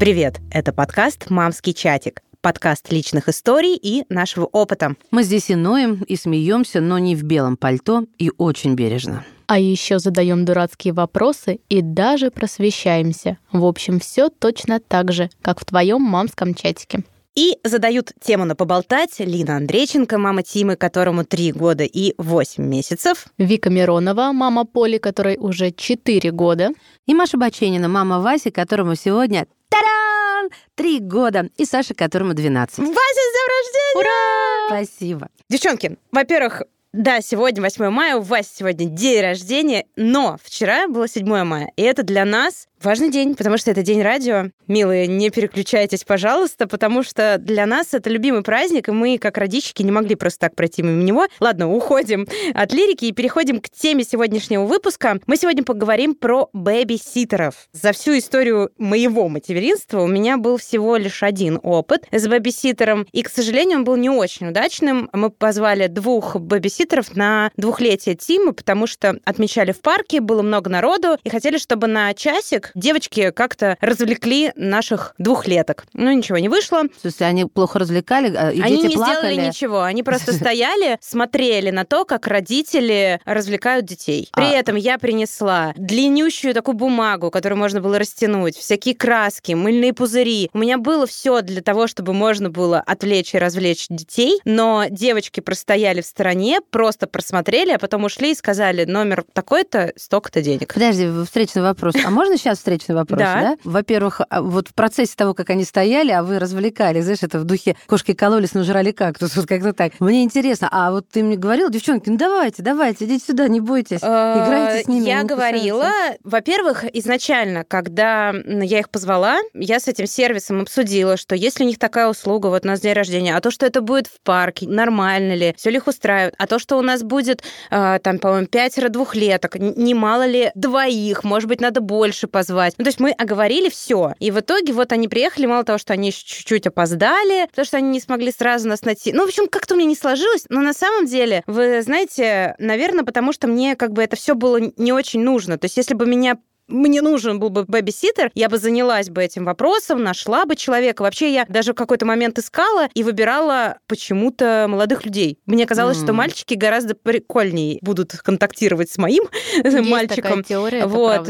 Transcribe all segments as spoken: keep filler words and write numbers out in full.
Привет, это подкаст «Мамский чатик». Подкаст личных историй и нашего опыта. Мы здесь и ноем, и смеемся, но не в белом пальто и очень бережно. А еще задаем дурацкие вопросы и даже просвещаемся. В общем, все точно так же, как в твоем мамском чатике. И задают тему на поболтать Лина Андрейченко, мама Тимы, которому три года и восемь месяцев. Вика Миронова, мама Поли, которой уже четыре года. И Маша Баченина, мама Васи, которому сегодня та-дам! три года. И Саша, которому двенадцать. Вася, с днем рождения! Ура! Спасибо. Девчонки, во-первых, да, сегодня восьмое мая, у Васи сегодня день рождения, но вчера было седьмое мая, и это для нас важный день, потому что это день радио. Милые, не переключайтесь, пожалуйста, потому что для нас это любимый праздник, и мы, как родички, не могли просто так пройти мимо него. Ладно, уходим от лирики и переходим к теме сегодняшнего выпуска. Мы сегодня поговорим про бэби-ситеров. За всю историю моего материнства у меня был всего лишь один опыт с бэби-ситером, и, к сожалению, он был не очень удачным. Мы позвали двух бэби-ситеров на двухлетие Тимы, потому что отмечали в парке, было много народу, и хотели, чтобы на часик девочки как-то развлекли наших двухлеток. Ну, ничего не вышло. В смысле, они плохо развлекали, и они дети не плакали? сделали ничего. Они просто стояли, смотрели на то, как родители развлекают детей. При этом я принесла длиннющую такую бумагу, которую можно было растянуть, всякие краски, мыльные пузыри. У меня было все для того, чтобы можно было отвлечь и развлечь детей, но девочки простояли в стороне, просто просмотрели, а потом ушли и сказали: номер такой-то, столько-то денег. Подожди, встречный вопрос. А можно сейчас встречный вопрос, да? да? Во-первых, вот в процессе того, как они стояли, а вы развлекали, знаешь, это в духе кошки кололись, но жрали кактус, вот как-то так. Мне интересно, а вот ты мне говорила, девчонки, ну давайте, давайте, идите сюда, не бойтесь, играйте с ними. Я говорила, во-первых, изначально, когда я их позвала, я с этим сервисом обсудила, что если у них такая услуга, вот у нас день рождения, а то, что это будет в парке, нормально ли, все ли их устраивает, а то, что у нас будет, там, по-моему, пятеро двухлеток, немало ли двоих, может быть, надо больше позвать. Ну, то есть мы оговорили все. И в итоге вот они приехали, мало того, что они чуть-чуть опоздали, потому что они не смогли сразу нас найти. Ну, в общем, как-то у меня не сложилось, но на самом деле, вы знаете, наверное, потому что мне как бы это все было не очень нужно. То есть если бы меня мне нужен был бы бэби-ситер, я бы занялась бы этим вопросом, нашла бы человека. Вообще я даже в какой-то момент искала и выбирала почему-то молодых людей. Мне казалось, mm. что мальчики гораздо прикольнее будут контактировать с моим Есть мальчиком. Такая теория, вот.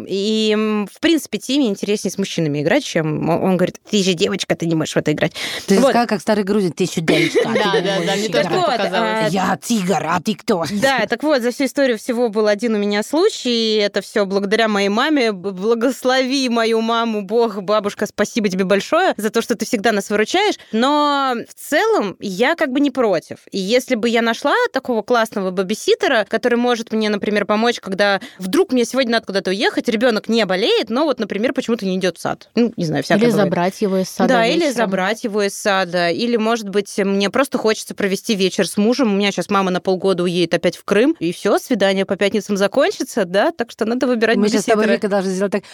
И, в принципе, Тиме интереснее с мужчинами играть, чем он говорит: ты же девочка, ты не можешь в это играть. Ты вот. Сказала, как старый грузин, ты еще девочка. Да, да, да, мне тоже показалось. Я тигр, а ты кто? Да, так вот, за всю историю всего был один у меня случай, и это все благодаря моей маме. Благослови мою маму, Бог, бабушка, спасибо тебе большое за то, что ты всегда нас выручаешь. Но в целом я как бы не против. И если бы я нашла такого классного бэбиситера, который может мне, например, помочь, когда вдруг мне сегодня надо куда-то уехать, ребенок не болеет, но вот, например, почему-то не идет в сад. Ну, не знаю, всякое Или бывает. забрать его из сада. Да, вечером. или забрать его из сада. Или, может быть, мне просто хочется провести вечер с мужем. У меня сейчас мама на полгода уедет опять в Крым, и все, свидание по пятницам закончится, да, так что надо выбирать бэбиситера. Должны сделать так.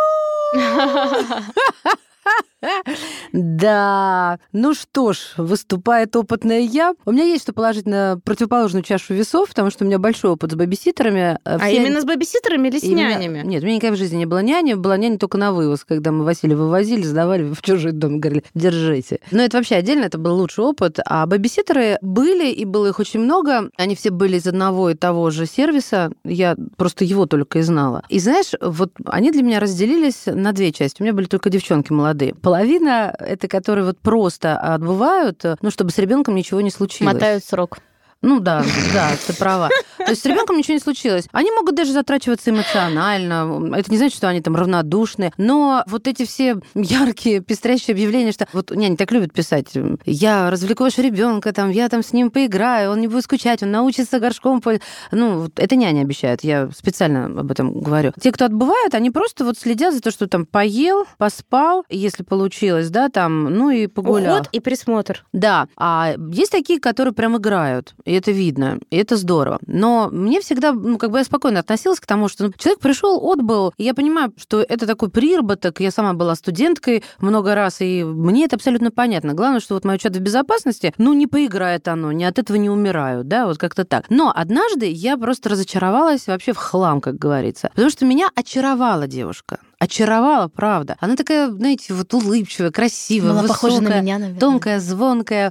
Да, ну что ж, выступает опытная я. У меня есть что положить на противоположную чашу весов, потому что у меня большой опыт с бэбиситерами. А Все... именно с бэбиситерами или с именно... нянями? Нет, у меня никогда в жизни не было няни, была няня только на вывоз, когда мы Василия вывозили, сдавали в чужой дом, говорили: держите. Но это вообще отдельно, это был лучший опыт. А бэбиситеры были, и было их очень много. Они все были из одного и того же сервиса. Я просто его только и знала. И знаешь, вот они для меня разделились на две части. У меня были только девчонки молодые. Половина — это которые вот просто отбывают, ну, чтобы с ребенком ничего не случилось. Мотают срок. Ну да, да, ты права. То есть с ребенком ничего не случилось. Они могут даже затрачиваться эмоционально. Это не значит, что они там равнодушны. Но вот эти все яркие, пестрящие объявления, что вот няни так любят писать: я развлеку вашего ребенка, там, я там с ним поиграю, он не будет скучать, он научится горшком. Ну, вот это няня обещает, я специально об этом говорю. Те, кто отбывают, они просто вот следят за то, что там поел, поспал, если получилось, да, там, ну и погулял. Уход и присмотр. Да. А есть такие, которые прям играют. И это видно, и это здорово. Но мне всегда, ну, как бы я спокойно относилась к тому, что ну, человек пришел, отбыл, и я понимаю, что это такой приработок. Я сама была студенткой много раз, и мне это абсолютно понятно. Главное, что вот мое чадо в безопасности, ну, не поиграет оно, ни от этого не умираю, да, вот как-то так. Но однажды я просто разочаровалась вообще в хлам, как говорится. Потому что меня очаровала девушка. очаровала, правда. Она такая, знаете, вот улыбчивая, красивая, Была высокая, похожа на меня, наверное. тонкая, звонкая.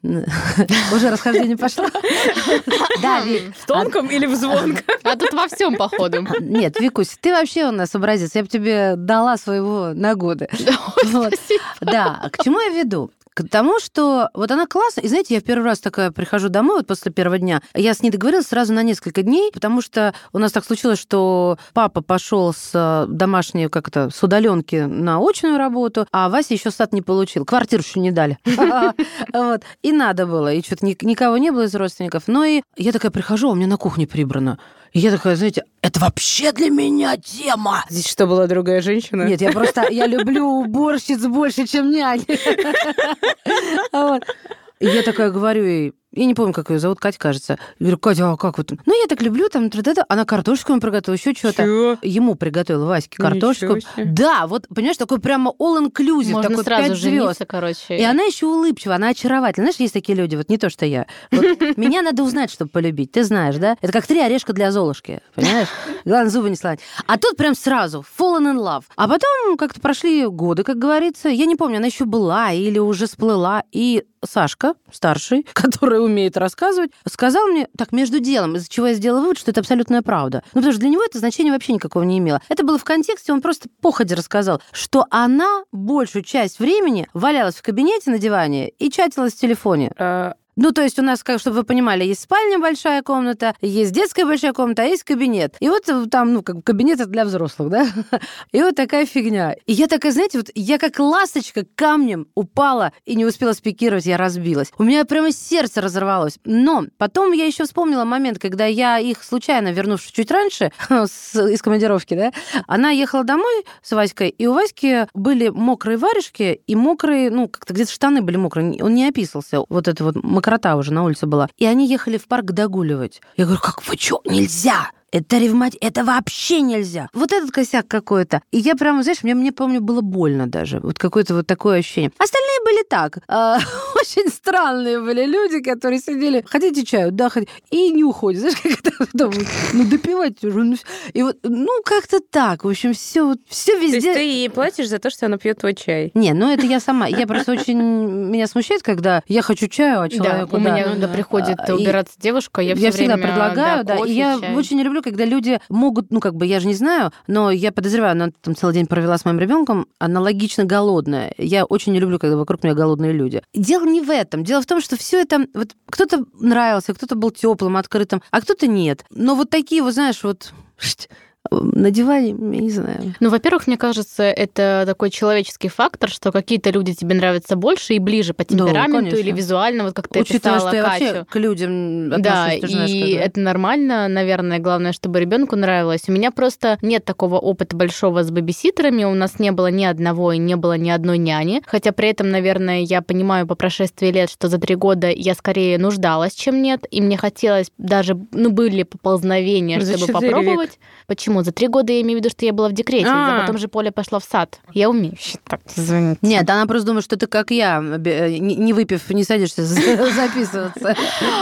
Уже расхождение пошло. Да, В тонком или в звонком? А тут во всем, походу. нет, Викусь, ты вообще у нас образец. Я бы тебе дала своего на годы. Вот. Да, к чему я веду? К тому, что вот она классная. И знаете, я в первый раз такая прихожу домой вот после первого дня. Я с ней договорилась сразу на несколько дней, потому что у нас так случилось, что папа пошел с домашней, как это, с удаленки на очную работу, а Вася еще сад не получил. Квартиру еще не дали. Вот. И надо было. И что-то никого не было из родственников. Но и я такая прихожу, а у меня на кухне прибрано. И я такая, знаете, это вообще для меня тема. Здесь что, была другая женщина? Нет, я просто, я люблю уборщиц больше, чем нянь. Вот. И я такая говорю ей, я не помню, как ее зовут, Катя, кажется. Я говорю, Катя, а как вот? Ну, я так люблю, там, это. Она картошечку ему приготовила, еще что-то. Чего? Ему приготовила, Ваське, картошечку. Да, вот, понимаешь, такой прямо all-inclusive, Можно такой сразу пять звезд. жениться, короче. И она еще улыбчивая, она очаровательная. Знаешь, есть такие люди, вот не то, что я. Вот меня надо узнать, чтобы полюбить. Ты знаешь, да? Это как три орешка для Золушки, понимаешь? Главное, зубы не сломать. А тут прям сразу fallen in love. А потом как-то прошли годы, как говорится. Я не помню, она еще была или уже сплыла. И Сашка, старший, который умеет рассказывать, сказал мне, так, между делом, из-за чего я сделала вывод, что это абсолютная правда. Ну, потому что для него это значения вообще никакого не имело. Это было в контексте, он просто походя рассказал, что она большую часть времени валялась в кабинете на диване и чатилась в телефоне. Ну, то есть у нас, как, чтобы вы понимали, есть спальня большая комната, есть детская большая комната, а есть кабинет. И вот там, ну, как кабинет для взрослых, да? И вот такая фигня. И я такая, знаете, вот я как ласточка камнем упала и не успела спикировать, я разбилась. У меня прямо сердце разорвалось. Но потом я еще вспомнила момент, когда я их случайно, вернувшись чуть раньше с, из командировки, да, она ехала домой с Васькой, и у Васьки были мокрые варежки и мокрые, ну, как-то где-то штаны были мокрые, он не описался. Вот это вот мокрота уже на улице была. И они ехали в парк догуливать. Я говорю, как вы чё, нельзя? Это ревматик, это вообще нельзя. Вот этот косяк какой-то. И я прямо, знаешь, мне, мне помню, было больно даже. Вот какое-то вот такое ощущение. Остальные были так. Э, очень странные были люди, которые сидели, хотите чаю? Да, хотите. И не уходят. Знаешь, как это, ну, допивать уже. И вот, ну, как-то так. В общем, все вот, все везде. То есть ты ей платишь за то, что она пьет твой чай? Не, ну это я сама. Я просто очень... Меня смущает, когда я хочу чаю, а человеку... Да, у меня, когда приходит убираться девушка, я все Я всегда время, предлагаю, да, и я очень не люблю, когда люди могут, ну, как бы, я же не знаю, но я подозреваю, она там целый день провела с моим ребенком, аналогично голодная. Я очень не люблю, когда вокруг меня голодные люди. Дело не в этом. Дело в том, что все это... Вот кто-то нравился, кто-то был теплым, открытым, а кто-то нет. Но вот такие, вот знаешь, вот... На диване, я не знаю. Ну, во-первых, мне кажется, это такой человеческий фактор, что какие-то люди тебе нравятся больше и ближе по темпераменту, да, или визуально, вот как ты Учитывая, описала что я Катю. Вообще к людям отношусь, да, ты знаешь, и как, да, это нормально, наверное, главное, чтобы ребенку нравилось. У меня просто нет такого опыта большого с бэбиситерами, у нас не было ни одного и не было ни одной няни, хотя при этом, наверное, я понимаю по прошествии лет, что за три года я скорее нуждалась, чем нет, и мне хотелось даже, ну, были поползновения, за чтобы попробовать. Век. Почему? За три года я имею в виду, что я была в декрете, а потом же Поля пошла в сад. Я умею считать, извините. Нет, она просто думает, что ты, как я, не выпив, не садишься записываться.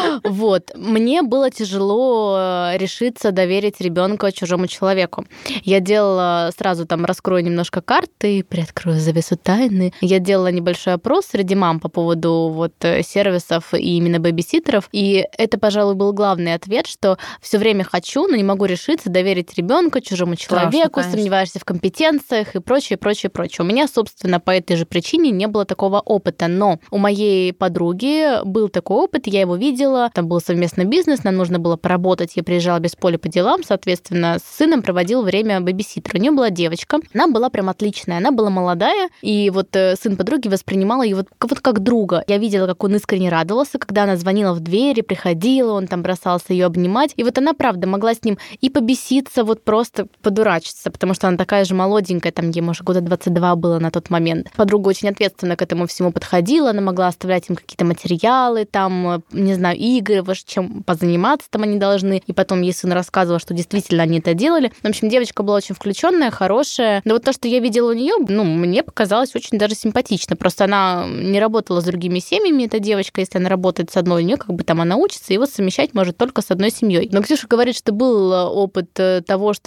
Вот. Мне было тяжело решиться доверить ребенка чужому человеку. Я делала, сразу там раскрою немножко карты, приоткрою завесу тайны. Я делала небольшой опрос среди мам по поводу вот сервисов и именно бэбиситеров, и это, пожалуй, был главный ответ, что все время хочу, но не могу решиться доверить ребенка чужому человеку, страшно, сомневаешься в компетенциях и прочее, прочее, прочее. У меня, собственно, по этой же причине не было такого опыта, но у моей подруги был такой опыт, я его видела, там был совместный бизнес, нам нужно было поработать, я приезжала без Поли по делам, соответственно, с сыном проводил время бэбиситер. У нее была девочка, она была прям отличная, она была молодая, и вот сын подруги воспринимал ее вот, вот как друга. Я видела, как он искренне радовался, когда она звонила в дверь, приходила, он там бросался ее обнимать, и вот она, правда, могла с ним и побеситься, вот просто подурачиться, потому что она такая же молоденькая, там ей, может, года двадцать два было на тот момент. Подруга очень ответственно к этому всему подходила, она могла оставлять им какие-то материалы, там, не знаю, игры, чем позаниматься там они должны. И потом ей сын рассказывал, что действительно они это делали. В общем, девочка была очень включенная, хорошая. Но вот то, что я видела у нее, ну, мне показалось очень даже симпатично. Просто она не работала с другими семьями, эта девочка, если она работает с одной, у нее как бы там она учится, его совмещать может только с одной семьей. Но Ксюша говорит, что был опыт того, что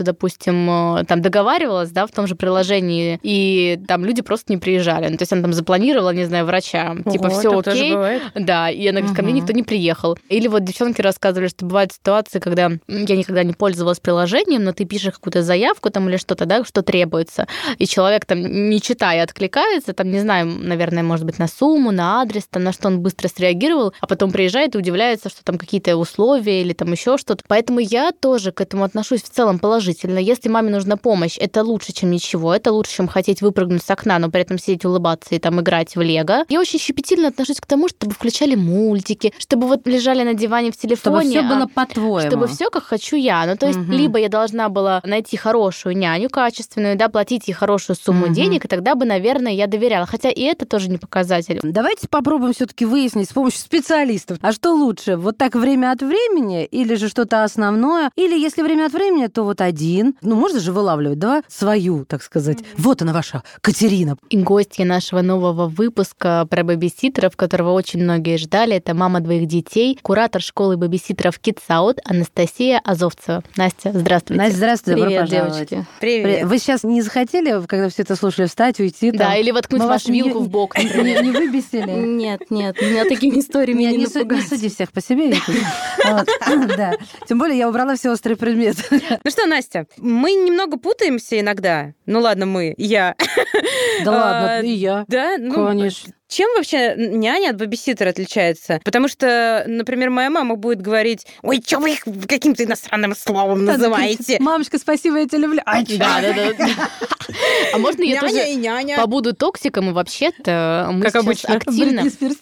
что, допустим, там договаривалась, да, в том же приложении, и там люди просто не приезжали. Ну, то есть она там запланировала, не знаю, врача, Ого, типа, все окей. Да, и она говорит, ко мне Ага. никто не приехал. Или вот девчонки рассказывали, что бывают ситуации, когда я никогда не пользовалась приложением, но ты пишешь какую-то заявку там или что-то, да, что требуется, и человек там, не читая, откликается, там, не знаю, наверное, может быть, на сумму, на адрес, там, на что он быстро среагировал, а потом приезжает и удивляется, что там какие-то условия или там еще что-то. Поэтому я тоже к этому отношусь в целом положительно. Если маме нужна помощь, это лучше, чем ничего, это лучше, чем хотеть выпрыгнуть с окна, но при этом сидеть, улыбаться и там играть в лего. Я очень щепетильно отношусь к тому, чтобы включали мультики, чтобы вот лежали на диване в телефоне. Чтобы все а было по-твоему. Чтобы все как хочу я. Ну, то есть, Мгм. либо я должна была найти хорошую няню качественную, да, платить ей хорошую сумму Мгм. денег, и тогда бы, наверное, я доверяла. Хотя и это тоже не показатель. Давайте попробуем все-таки выяснить с помощью специалистов, а что лучше, вот так время от времени, или же что-то основное, или если время от времени, то вот один, ну можно же вылавливать, да, свою, так сказать. Вот она ваша Катерина. И гостья нашего нового выпуска про бэбиситеров, которого очень многие ждали, это мама двоих детей, куратор школы бэбиситеров Kids Out Анастасия Азовцева. Настя, здравствуйте. Настя, здравствуйте, добро Привет, пожаловать. девочки. Привет. Вы сейчас не захотели, когда все это слушали, встать, уйти? Да, там? или воткнуть Мы вашу вас не- вилку в бок, Не, например. не выбесили? Нет, нет, меня такими историями Меня не не, су- не напугать. суди всех по себе. Вика. Вот, да. Тем более я убрала все острые предметы. Ну что, Настя, мы немного путаемся иногда. Ну ладно, мы, я. Да А, ладно, и я. Да, ну, Конечно. чем вообще няня от бэбиситера отличается? Потому что, например, моя мама будет говорить, ой, что вы их каким-то иностранным словом называете? Мамочка, спасибо, я тебя люблю. А чё? Да, да, да. А можно я Няня тоже и няня. побуду токсиком, и вообще-то мы Как сейчас обычно. активно... Бритни Спирс.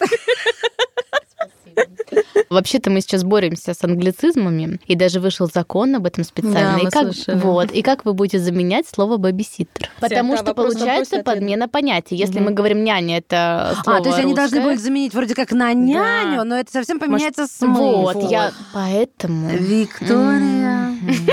Вообще-то мы сейчас боремся с англицизмами, и даже вышел закон об этом специально. Да, и мы как, слышали. вот, и как вы будете заменять слово бэбиситер? Потому да, что вопрос, получается вопрос, ответ. подмена понятий. Если Мгм. мы говорим няня, это слово А, то есть они должны русское. были заменить вроде как на няню, но это совсем поменяется смысл. Вот, я поэтому... Виктория,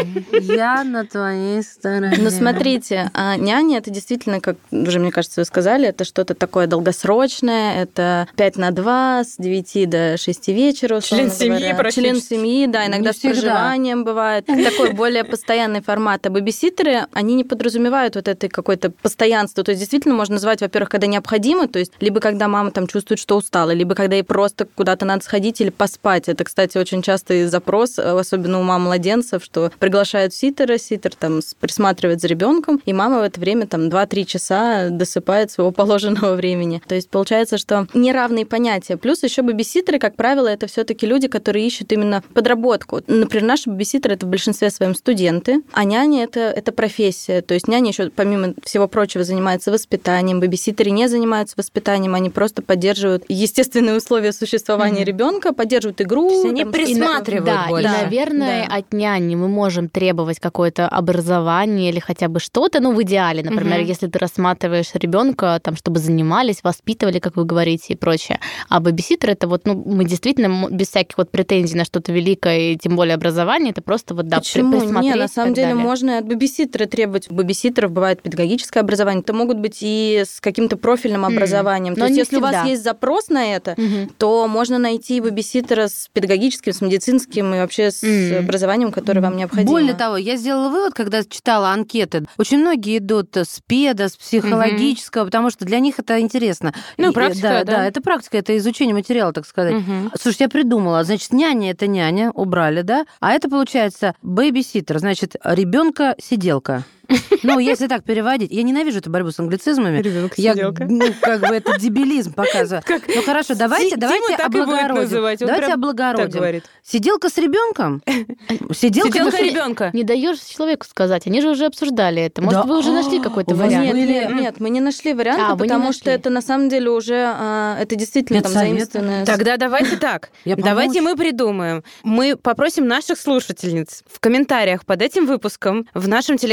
я на твоей стороне. Ну, смотрите, а няня это действительно, как уже, мне кажется, вы сказали, это что-то такое долгосрочное, это пять на два, с девяти до шести вечера, условно Член семьи говоря. практически. Член семьи, да, иногда Не с всегда. проживанием бывает. Такой более постоянный формат. А бэбиситеры, они не подразумевают вот это какое-то постоянство. То есть действительно можно назвать, во-первых, когда необходимо, то есть либо когда мама там чувствует, что устала, либо когда ей просто куда-то надо сходить или поспать. Это, кстати, очень частый запрос, особенно у мам младенцев, что приглашают ситера, ситер там присматривает за ребенком, и мама в это время там два-три часа досыпает своего положенного времени. То есть получается, что неравные понятия. Плюс еще бэбиситеры, как правило, это все-таки люди, которые ищут именно подработку. Например, наши бэбиситеры это в большинстве своем студенты, а няня это, это профессия. То есть няня еще, помимо всего прочего, занимается воспитанием. Бэбиситеры не занимаются воспитанием, они просто поддерживают естественные условия существования Мгм. ребенка, поддерживают игру. То есть они там, присматривают Да, больше. и, наверное, да. от няни мы можем требовать какое-то образование или хотя бы что-то, ну, в идеале, например, Мгм. если ты рассматриваешь ребенка, там, чтобы занимались, воспитывали, как вы говорите, и прочее. А бэбиситер это вот, ну, мы действительно м- без всяких вот претензий на что-то великое, и тем более образование, это просто вот, да, при- Почему? присмотреть Не, на и самом так деле далее. можно и от бэбиситера требовать. У бэбиситеров бывает педагогическое образование. Это могут быть и с каким-то профильным М, образованием. но То есть не если у вас всегда. есть запрос на это, Мгм. то можно найти бэбиситера с педагогическим, с медицинским и вообще с М. образованием, которое вам необходимо. Более того, я сделала вывод, когда читала анкеты. Очень многие идут с педа, с психологического, потому что для них это интересно. Ну, И- практика, да, да. да, это практика, это изучение материала, так сказать. Мгм. Слушайте, я придумала. Значит, няня это няня, убрали, да? А это получается бэйбиситер, значит, ребенка-сиделка. Ну, если так переводить. Я ненавижу эту борьбу с англицизмами. Я, Ребенок-сиделка. ну, как бы это дебилизм показываю. Ну, хорошо, давайте, Ди- давайте Дима так и будет облагородим. называть. Он Давайте прям так облагородим. говорит. Сиделка с ребенком? Сиделка, Сиделка с- ребенка. Не даешь человеку сказать, они же уже обсуждали это. Может, Да. вы уже нашли какой-то У вас вариант? Нет, были- нет, нет, мы не нашли варианта, А, вы не потому нашли. что это на самом деле уже а, это действительно там Педсовет. заимствованное. Тогда давайте так. Я Давайте помочь. мы придумаем. Мы попросим наших слушательниц в комментариях под этим выпуском в нашем телеграм-канале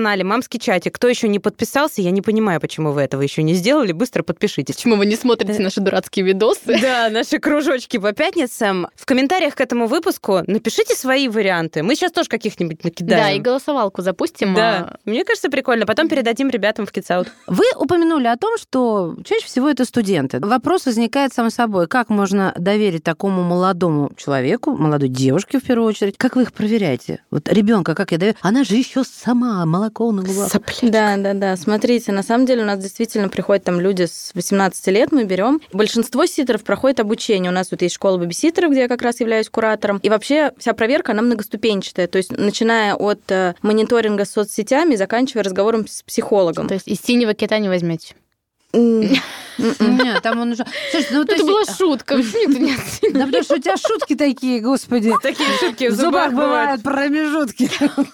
телеграм-канале «Мамский чатик». Кто еще не подписался, я не понимаю, почему вы этого еще не сделали. Быстро подпишитесь. Почему вы не смотрите наши дурацкие видосы? Да, наши кружочки по пятницам. В комментариях к этому выпуску напишите свои варианты. Мы сейчас тоже каких-нибудь накидаем. Да, и голосовалку запустим. Да, мне кажется, прикольно. Потом передадим ребятам в Kids Out. Вы упомянули о том, что чаще всего это студенты. Вопрос возникает сам собой. Как можно доверить такому молодому человеку, молодой девушке в первую очередь? Как вы их проверяете? Вот ребенка, как я доверяю? Она же еще сама молоко на губах. Да, да, да. Смотрите, на самом деле у нас действительно приходят там люди с восемнадцати лет, мы берем. Большинство ситеров проходит обучение. У нас вот есть школа бэбиситеров, где я как раз являюсь куратором. И вообще вся проверка, она многоступенчатая. То есть начиная от мониторинга с соцсетями, заканчивая разговором с психологом. То есть из синего кита не возьмете? Нет, там он уже... Слушай, ну, это была шутка. Да потому что у тебя шутки такие, господи. Такие шутки в зубах бывают промежутки.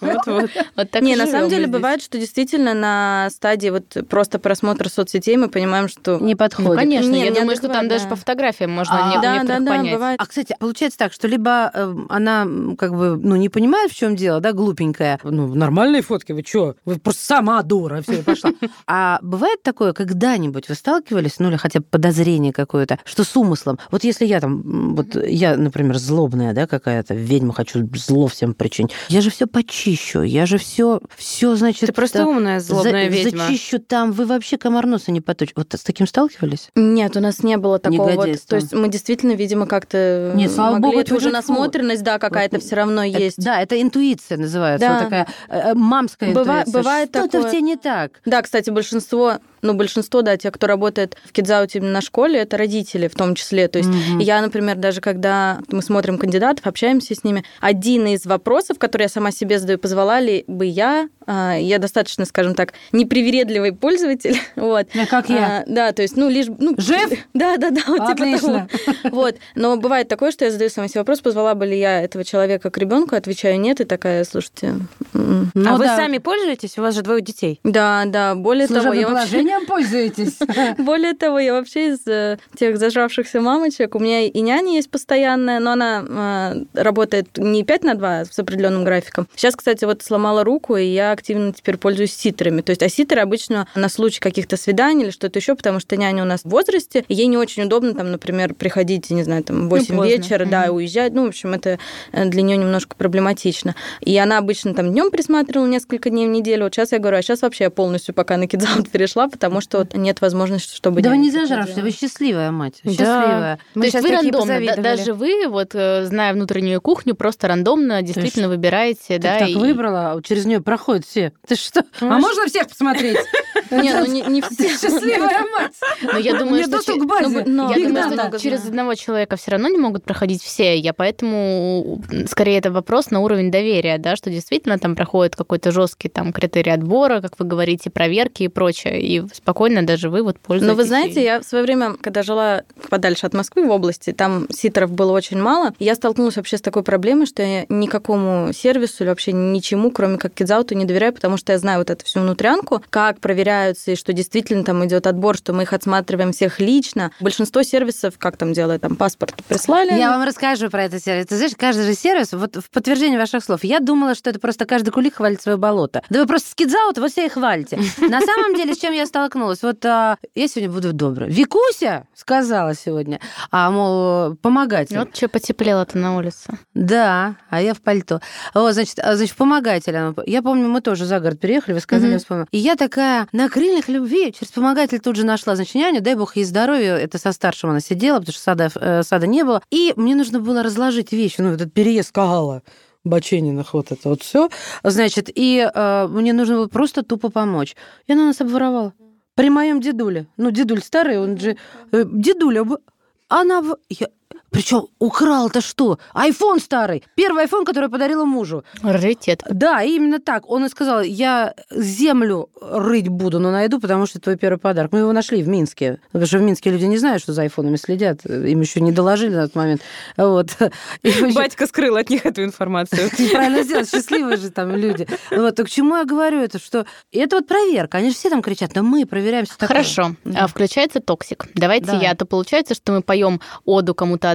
Не, на самом деле бывает, что действительно на стадии вот просто просмотра соцсетей мы понимаем, что... Не подходит. Конечно, я думаю, что там даже по фотографиям можно некоторых понять. А, кстати, получается так, что либо она как бы, ну, не понимает, в чем дело, да, глупенькая. Ну, нормальные фотки, вы что? Вы просто сама дура, все, пошла. А бывает такое, когда-нибудь вы сталкивались, ну или хотя бы подозрение какое-то, что с умыслом, вот если я там, вот я, например, злобная, да, какая-то ведьма, хочу зло всем причинить, я же все почищу, я же все, все, значит... Ты просто умная, злобная за, ведьма. Зачищу там, вы вообще комар носа не поточите. Вот с таким сталкивались? Нет, у нас не было такого вот, то есть мы действительно, видимо, как-то... Нет, слава могли, богу, это уже насмотренность, да, какая-то вот, все равно это, есть. Да, это интуиция называется, да. вот такая э, мамская Быва, интуиция. Бывает Что-то такое... в тебе не так. Да, кстати, большинство... Ну, большинство, да, тех, кто работает в Kids Out на школе, это родители в том числе. То есть mm-hmm. я, например, даже когда мы смотрим кандидатов, общаемся с ними, один из вопросов, который я сама себе задаю, позвала ли бы я, я достаточно, скажем так, непривередливый пользователь. Вот. А как я? А, да, то есть, ну, лишь... Ну, жив? Да, да, да, вот отлично. Типа того. Вот. Но бывает такое, что я задаю сама себе вопрос, позвала бы ли я этого человека к ребенку, отвечаю нет, и такая, слушайте... Ну, а да. Вы сами пользуетесь? У вас же двое детей. Да, да, более того... я вообще пользуетесь. Более того, я вообще из э, тех зажравшихся мамочек, у меня и няня есть постоянная, но она э, работает не пять на два с определенным графиком. Сейчас, кстати, вот сломала руку, и я активно теперь пользуюсь ситерами. То есть, а ситеры обычно на случай каких-то свиданий или что-то еще, потому что няня у нас в возрасте, и ей не очень удобно, там, например, приходить, не знаю, там, в восемь ну, вечера, mm-hmm. да, и уезжать. Ну, в общем, это для нее немножко проблематично. И она обычно там днем присматривала несколько дней в неделю. Вот сейчас я говорю, а сейчас вообще я полностью пока на Kids Out перешла, потому что вот нет возможности, чтобы... Да вы не зажравшись, вы счастливая мать, счастливая. Да. То есть вы рандомно, даже вы, вот зная внутреннюю кухню, просто рандомно действительно Ты выбираете, ты да? так и... выбрала, через нее проходят все. Ты что? А можно всех посмотреть? Не, ну не все. Счастливая мать. Но я думаю, что что через одного человека все равно не могут проходить все. Я поэтому скорее это вопрос на уровень доверия, да, что действительно там проходит какой-то жесткий там критерий отбора, как вы говорите, проверки и прочее, и спокойно даже вы вот пользуетесь. Но вы знаете, я в свое время, когда жила подальше от Москвы в области, там ситеров было очень мало, я столкнулась вообще с такой проблемой, что я никакому сервису или вообще ничему, кроме как Kids Out, не доверяю, потому что я знаю вот эту всю внутрянку, как проверяются, и что действительно там идет отбор, что мы их отсматриваем всех лично. Большинство сервисов, как там делают, там паспорт прислали. Я вам расскажу про этот сервис. Ты знаешь, каждый же сервис, вот в подтверждение ваших слов, я думала, что это просто каждый кулик хвалит свое болото. Да вы просто с Kids Out, вот все и хвалите. На самом деле, с чем я столкнулась? Вот я сегодня буду добрая. Викуся сказала сегодня, а, мол, помогатель. Вот что потеплело-то на улице. Да, а я в пальто. Вот, значит, значит, помогатель. Я помню, мы тоже за город переехали, вы сказали, mm-hmm. я вспомнила. И я такая на крыльях любви через помогатель тут же нашла, значит, няню, дай бог ей здоровья, это со старшим она сидела, потому что сада, э, сада не было. И мне нужно было разложить вещи, ну, этот переезд Кагала. Бачениных, вот это вот все. Значит, и э, мне нужно было просто тупо помочь. И она нас обворовала. При моем дедуле. Ну, дедуль старый, он же... Э, дедуля... Она... Я... Причем украл-то что? Айфон старый. Первый айфон, который я подарила мужу. Раритет. Да, именно так. Он и сказал, я землю рыть буду, но найду, потому что это твой первый подарок. Мы его нашли в Минске. Потому что в Минске люди не знают, что за айфонами следят. Им еще не доложили на этот момент. Вот. Батька скрыл от них эту информацию. Правильно сделал. Счастливые же там люди. Вот. К чему я говорю это? Что это вот проверка. Они же все там кричат, но мы проверяем все такое. Хорошо. Да. Включается токсик. Давайте да. я. А то получается, что мы поем оду кому-то одному,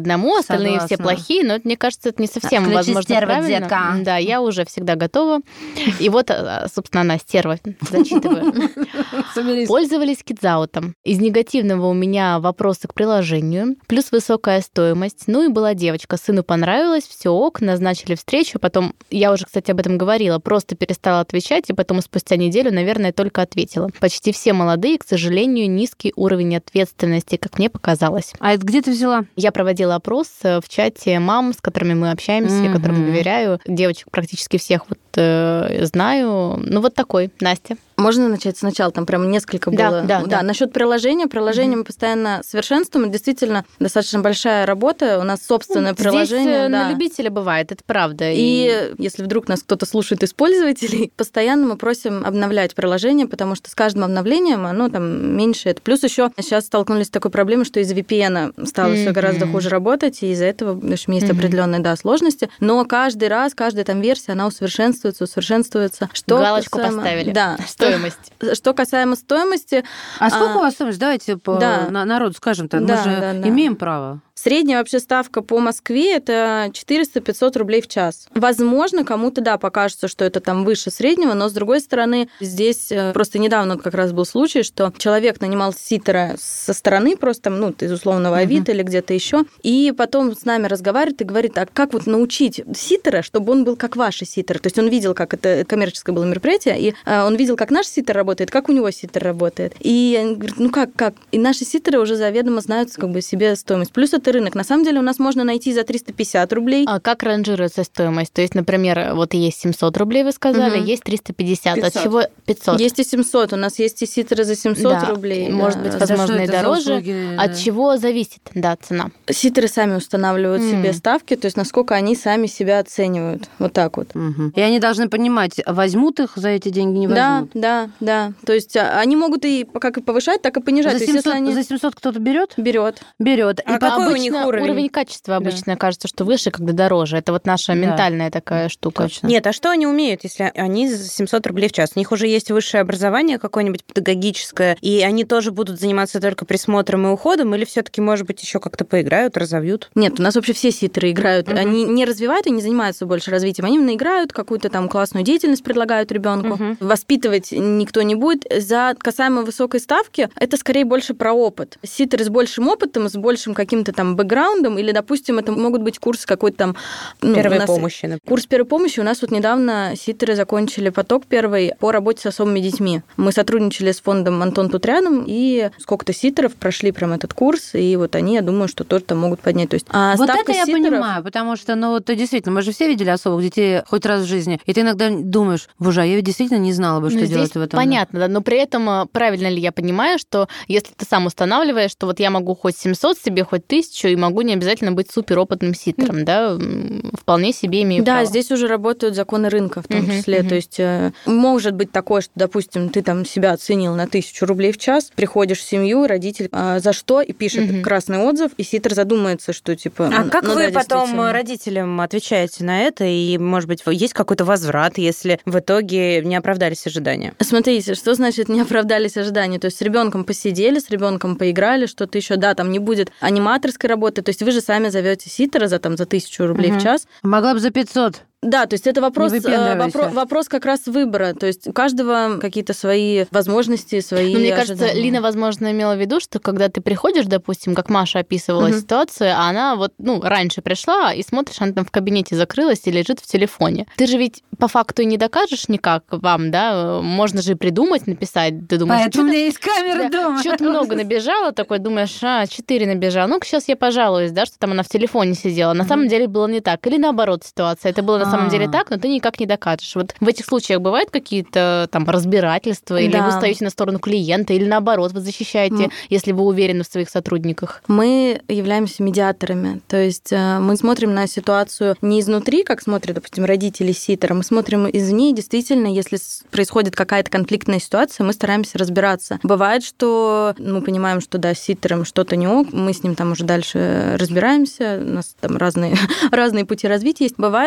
одному, остальные Согласна. все плохие, но это, мне кажется, это не совсем Включи возможно стерва, правильно. детка. Да, я уже всегда готова. И вот, собственно, она стерва. Зачитываю. Пользовались кидзаутом. Из негативного у меня вопросы к приложению, плюс высокая стоимость. Ну и была девочка, сыну понравилось, все ок, назначили встречу. Потом, я уже, кстати, об этом говорила, просто перестала отвечать, и потом спустя неделю, наверное, только ответила. Почти все молодые, к сожалению, низкий уровень ответственности, как мне показалось. А это где ты взяла? Я проводила опрос в чате мам, с которыми мы общаемся, Мгм. которым доверяю. Девочек практически всех вот э, знаю. Ну вот такой, Настя. Можно начать сначала? Там прям несколько Да, было. да, да. Насчет приложения. Приложение Мгм. мы постоянно совершенствуем. Действительно, достаточно большая работа. У нас собственное приложение. Здесь да. на любителя бывает, это правда. И если вдруг нас кто-то слушает из пользователей, постоянно мы просим обновлять приложение, потому что с каждым обновлением оно там меньше. Плюс еще сейчас столкнулись с такой проблемой, что из ви пи эн стало все Мгм. гораздо хуже работать, и из-за этого, в общем, есть Мгм. определенные да, сложности. Но каждый раз, каждая там версия, она усовершенствуется, усовершенствуется. Что Галочку касаемо- поставили. Да. Стоимость. Что касаемо стоимости, А сколько А, у вас стоимость? Давайте по да. на- народу скажем-то. Да, Мы же да, да. имеем право. средняя вообще ставка по Москве это четыреста-пятьсот рублей в час. Возможно, кому-то, да, покажется, что это там выше среднего, но, с другой стороны, здесь э, просто недавно как раз был случай, что человек нанимал ситера со стороны просто, ну, из условного Авито или где-то еще, и потом с нами разговаривает и говорит, а как вот научить ситера, чтобы он был как ваши ситеры? То есть он видел, как это коммерческое было мероприятие, и э, он видел, как наш ситер работает, как у него ситер работает. И он говорит, ну как, как? И наши ситеры уже заведомо знают как бы себе стоимость. Плюс это рынок. На самом деле у нас можно найти за триста пятьдесят рублей. А как ранжируется стоимость? То есть, например, вот есть семьсот рублей, вы сказали, Мгм. есть триста пятьдесят. пятьсот. От чего пятьсот? Есть и семьсот. У нас есть и ситеры за семьсот Да, рублей. может да. быть, возможно, и дороже. От чего зависит, да, цена? Ситеры сами устанавливают М. себе ставки, то есть насколько они сами себя оценивают. Вот так вот. Мгм. И они должны понимать, возьмут их за эти деньги, не Да, возьмут. да, да. То есть а, они могут и как и повышать, так и понижать. За То есть, если семьсот, они за семьсот кто-то берет? берет. Берет. А какой у них Обычно уровень? качества обычно кажется, что выше, когда дороже. Это вот наша Да. ментальная такая штука. Точно. Нет, а что они умеют, если они за семьсот рублей в час? У них уже есть высшее образование какое-нибудь педагогическое, и они тоже будут заниматься только присмотром и уходом, или все таки может быть, еще как-то поиграют, разовьют? Нет, у нас вообще все ситеры играют. Мгм. Они не развивают и не занимаются больше развитием. Они именно играют, какую-то там классную деятельность предлагают ребенку. Мгм. Воспитывать никто не будет. За касаемо высокой ставки, это скорее больше про опыт. Ситеры с большим опытом, с большим каким-то там бэкграундом, или, допустим, это могут быть курсы какой-то там... ну, Первой у нас помощи, например. Курс первой помощи. У нас вот недавно ситеры закончили поток первый по работе с особыми детьми. Мы сотрудничали с фондом Антон тут рядом, и сколько-то ситеров прошли прям этот курс, и вот они, я думаю, что тоже там могут поднять. То есть, а Вот ставка это я ситеров- понимаю, потому что, ну, вот действительно, мы же все видели особых детей хоть раз в жизни, и ты иногда думаешь, боже, а я ведь действительно не знала бы, что Ну, делать здесь в этом. понятно, да, но при этом а, правильно ли я понимаю, что если ты сам устанавливаешь, что вот я могу хоть семьсот себе, хоть тысячу, и могу не обязательно быть суперопытным ситером, да, м, вполне себе имею Да, право. здесь уже работают законы рынка в том Мгм, числе. мгм. То есть э, может быть такое, что, допустим, ты там себя оценил на тысячу рублей в час, приходишь в семью, родитель «А за что?» и пишет Мгм. красный отзыв, и ситер задумается, что типа... А как ну вы да, потом действительно. родителям отвечаете на это? И, может быть, есть какой-то возврат, если в итоге не оправдались ожидания? Смотрите, что значит не оправдались ожидания? То есть с ребенком посидели, с ребенком поиграли, что-то еще, да, там не будет аниматорской работы. То есть вы же сами зовете ситера за там за тысячу рублей Мгм. в час. Могла бы за пятьсот. Да, то есть это вопрос, Не э, выпендривайся. вопро- вопрос как раз выбора. То есть у каждого какие-то свои возможности, свои Ну, мне кажется, ожидания. Лина, возможно, имела в виду, что когда ты приходишь, допустим, как Маша описывала Мгм. ситуацию, а она вот, ну, раньше пришла, и смотришь, она там в кабинете закрылась и лежит в телефоне. Ты же ведь по факту и не докажешь никак вам, да? Можно же и придумать, написать. Ты думаешь, Поэтому у что меня есть камера дома. что-то много набежало, такой думаешь, а, четыре набежало. Ну-ка, сейчас я пожалуюсь, да, что там она в телефоне сидела. На самом деле было не так. Или наоборот ситуация. Это было на самом деле А. так, но ты никак не докажешь. Вот в этих случаях бывают какие-то там разбирательства, или Да. вы встаете на сторону клиента, или наоборот, вы защищаете, М. если вы уверены в своих сотрудниках. Мы являемся медиаторами. То есть э, мы смотрим на ситуацию не изнутри, как смотрят, допустим, родители ситера, мы смотрим извне, и действительно, если с- происходит какая-то конфликтная ситуация, мы стараемся разбираться. Бывает, что мы понимаем, что да, с ситером что-то не ок, мы с ним там уже дальше разбираемся, у нас там разные, разные пути развития есть. Бывает, что да,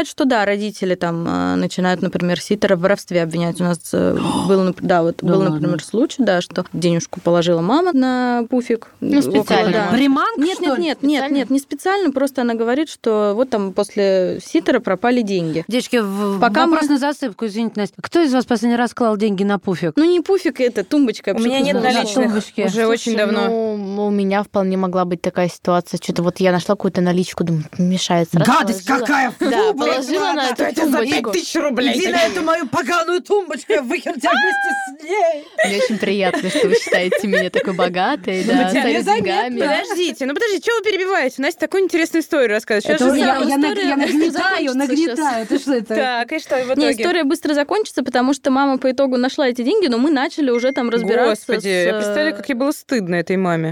родители там начинают, например, ситера в воровстве обвинять. У нас был, да, вот, Да был, ладно. например, случай, да, что денежку положила мама на пуфик. Ну, около, специально. да. Приманка, Нет, что нет, ли? нет, нет, Специально? нет, не специально, просто она говорит, что вот там после ситера пропали деньги. Девочки, в- Пока вопрос мы- на засыпку, извините, Настя. Кто из вас последний раз клал деньги на пуфик? Ну, не пуфик, это тумбочка. я У меня почему-то нет думала. наличных тумбочке. уже очень Слушай, давно. Ну, у меня вполне могла быть такая ситуация. Что-то вот я нашла какую-то наличку, думаю, мешается. Раз Гадость положила. какая! Да, Фу, блин, положила на ладно. эту тумбочку. рублей. Иди на эту мою поганую тумбочку, я выкину тебя вместе с ней. Мне очень приятно, что вы считаете меня такой богатой, да, тебя с незаметно. деньгами. Подождите, ну подождите, что вы перебиваете? Настя такую интересную историю рассказывает. Сейчас Это же я, за- я, наг- история я нагнетаю, закончится нагнетаю. Ты что это? Так, и что в Не, итоге? история быстро закончится, потому что мама по итогу нашла эти деньги, но мы начали уже там разбираться. Господи, с, я представляю, как ей было стыдно этой маме.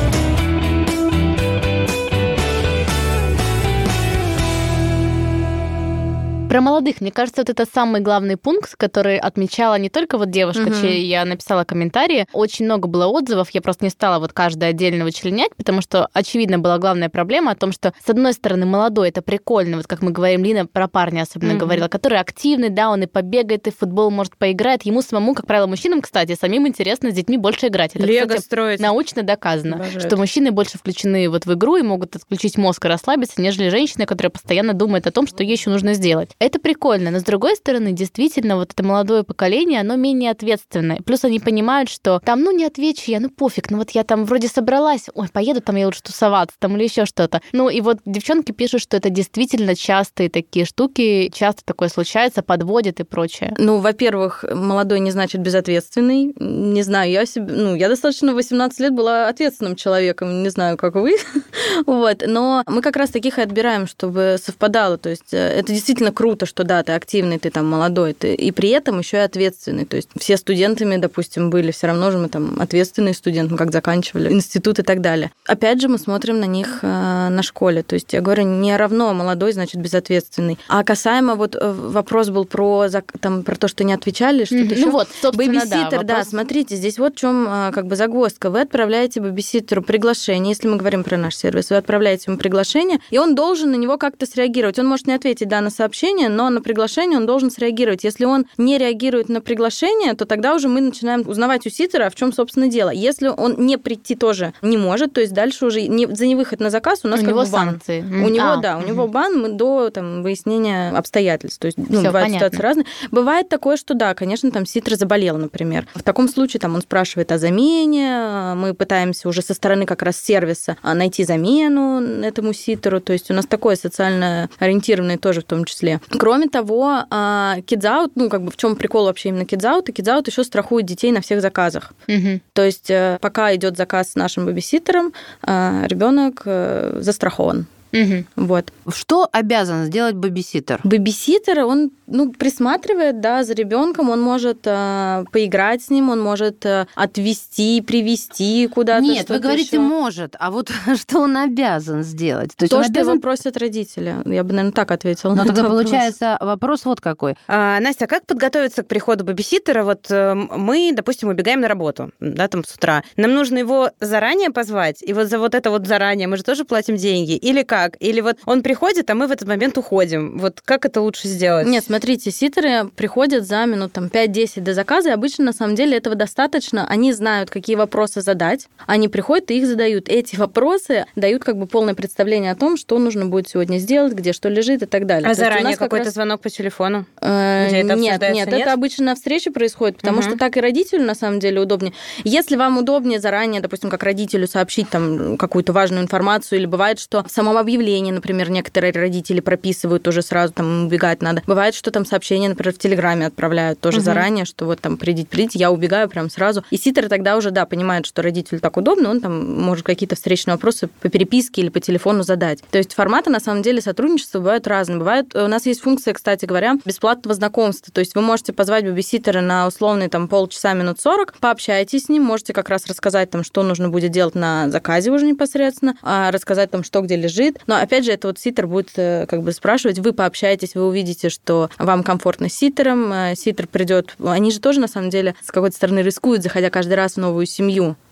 Про молодых, мне кажется, вот это самый главный пункт, который отмечала не только вот девушка, Мгм. чьей я написала комментарии. Очень много было отзывов, я просто не стала вот каждый отдельно вычленять, потому что, очевидно, была главная проблема о том, что, с одной стороны, молодой, это прикольно, вот как мы говорим, Лина про парня особенно Мгм. говорила, который активный, да, он и побегает, и в футбол может поиграть. Ему самому, как правило, мужчинам, кстати, самим интересно с детьми больше играть. Это, Лего кстати, строить. научно доказано, Обожаю что это. мужчины больше включены вот в игру и могут отключить мозг и расслабиться, нежели женщины, которые постоянно думают о том, что ей еще нужно сделать. Это прикольно, но с другой стороны, действительно, вот это молодое поколение, оно менее ответственное. Плюс они понимают, что там, ну, не отвечу я, ну, пофиг, ну, вот я там вроде собралась, ой, поеду там я лучше тусоваться, там, или еще что-то. Ну, и вот девчонки пишут, что это действительно частые такие штуки, часто такое случается, подводят и прочее. Ну, во-первых, молодой не значит безответственный. Не знаю, я себе, ну, я достаточно в восемнадцать лет была ответственным человеком, не знаю, как вы. Вот, но мы как раз таких и отбираем, чтобы совпадало. То есть это действительно круто, что да, ты активный, ты там молодой, ты и при этом еще и ответственный. То есть все студентами, допустим, были, все равно же мы там ответственные студенты, мы как заканчивали институт и так далее. Опять же, мы смотрим на них э, на школе. То есть я говорю, не равно молодой, значит, безответственный. А касаемо вот э, вопрос был про, зак- там, про то, что не отвечали, что-то Мгм. еще. Ну вот, собственно, Бэбиситер, да, вопрос- смотрите, здесь вот в чем как бы загвоздка. Вы отправляете бэбиситеру приглашение, если мы говорим про наш сервис, вы отправляете ему приглашение, и он должен на него как-то среагировать. Он может не ответить, да, на сообщение, но на приглашение он должен среагировать. Если он не реагирует на приглашение, то тогда уже мы начинаем узнавать у ситера, в чем, собственно, дело. Если он не прийти тоже не может, то есть дальше уже не, за невыход на заказ у нас у как него бы бан. санкции. У него, А, да, у мгм. него бан мы до там, выяснения обстоятельств. То есть, ну, Всё, бывают понятно. ситуации разные. Бывает такое, что да, конечно, там ситер заболел, например. В таком случае там он спрашивает о замене, мы пытаемся уже со стороны как раз сервиса найти замену этому ситеру. То есть у нас такое социально ориентированное тоже в том числе. Кроме того, Kids Out, ну, как бы в чем прикол вообще именно Kids Out, и Kids Out еще страхует детей на всех заказах. Мгм. То есть пока идет заказ с нашим бэбиситером, ребенок застрахован. Мгм. Вот. Что обязан сделать бэбиситер? Бэбиситер, он ну, присматривает, да, за ребенком, он может э, поиграть с ним, он может э, отвезти, привезти куда-то. Нет, что-то вы говорите ещё. может, а вот что он обязан сделать? То есть То, он что обязан... его просят родители. Я бы, наверное, так ответила. Но на тогда этот вопрос. получается вопрос вот какой. А, Настя, а как подготовиться к приходу бэбиситера? Вот э, мы, допустим, убегаем на работу, да, там с утра. Нам нужно его заранее позвать, и вот за вот это вот заранее мы же тоже платим деньги. Или как? Или вот он приходит, а мы в этот момент уходим. Вот как это лучше сделать? Нет, смотрите, ситеры приходят за минут там, пять-десять до заказа, и обычно, на самом деле, этого достаточно. Они знают, какие вопросы задать, они приходят и их задают. Эти вопросы дают как бы полное представление о том, что нужно будет сегодня сделать, где что лежит и так далее. А То есть у заранее нас как какой-то раз- звонок по телефону? Э, Где это Нет, обсуждается, нет, нет? это обычно на встрече происходит, потому Мгм. что так и родителю на самом деле удобнее. Если вам удобнее заранее, допустим, как родителю сообщить там какую-то важную информацию, или бывает, что в самом объявлении, например, некоторые родители прописывают уже сразу, там убегать надо. Бывает, что там сообщения, например, в Телеграме отправляют тоже Мгм. заранее, что вот там придите, придите, я убегаю прям сразу. И ситеры тогда уже, да, понимают, что родителю так удобно, он там может какие-то встречные вопросы по переписке или по телефону задать. То есть форматы, на самом деле, сотрудничества бывают разные. Бывает, у нас есть функция, кстати говоря, бесплатного знакомства. То есть вы можете позвать бэбиситера на условный там полчаса, минут сорок, пообщайтесь с ним, можете как раз рассказать там, что нужно будет делать на заказе уже непосредственно, а рассказать там, что где лежит. Но опять же, это вот ситер будет э, как бы спрашивать, вы пообщаетесь, вы увидите, что вам комфортно с ситером, э, ситер придет. Они же тоже, на самом деле, с какой-то стороны рискуют, заходя каждый раз в новую семью.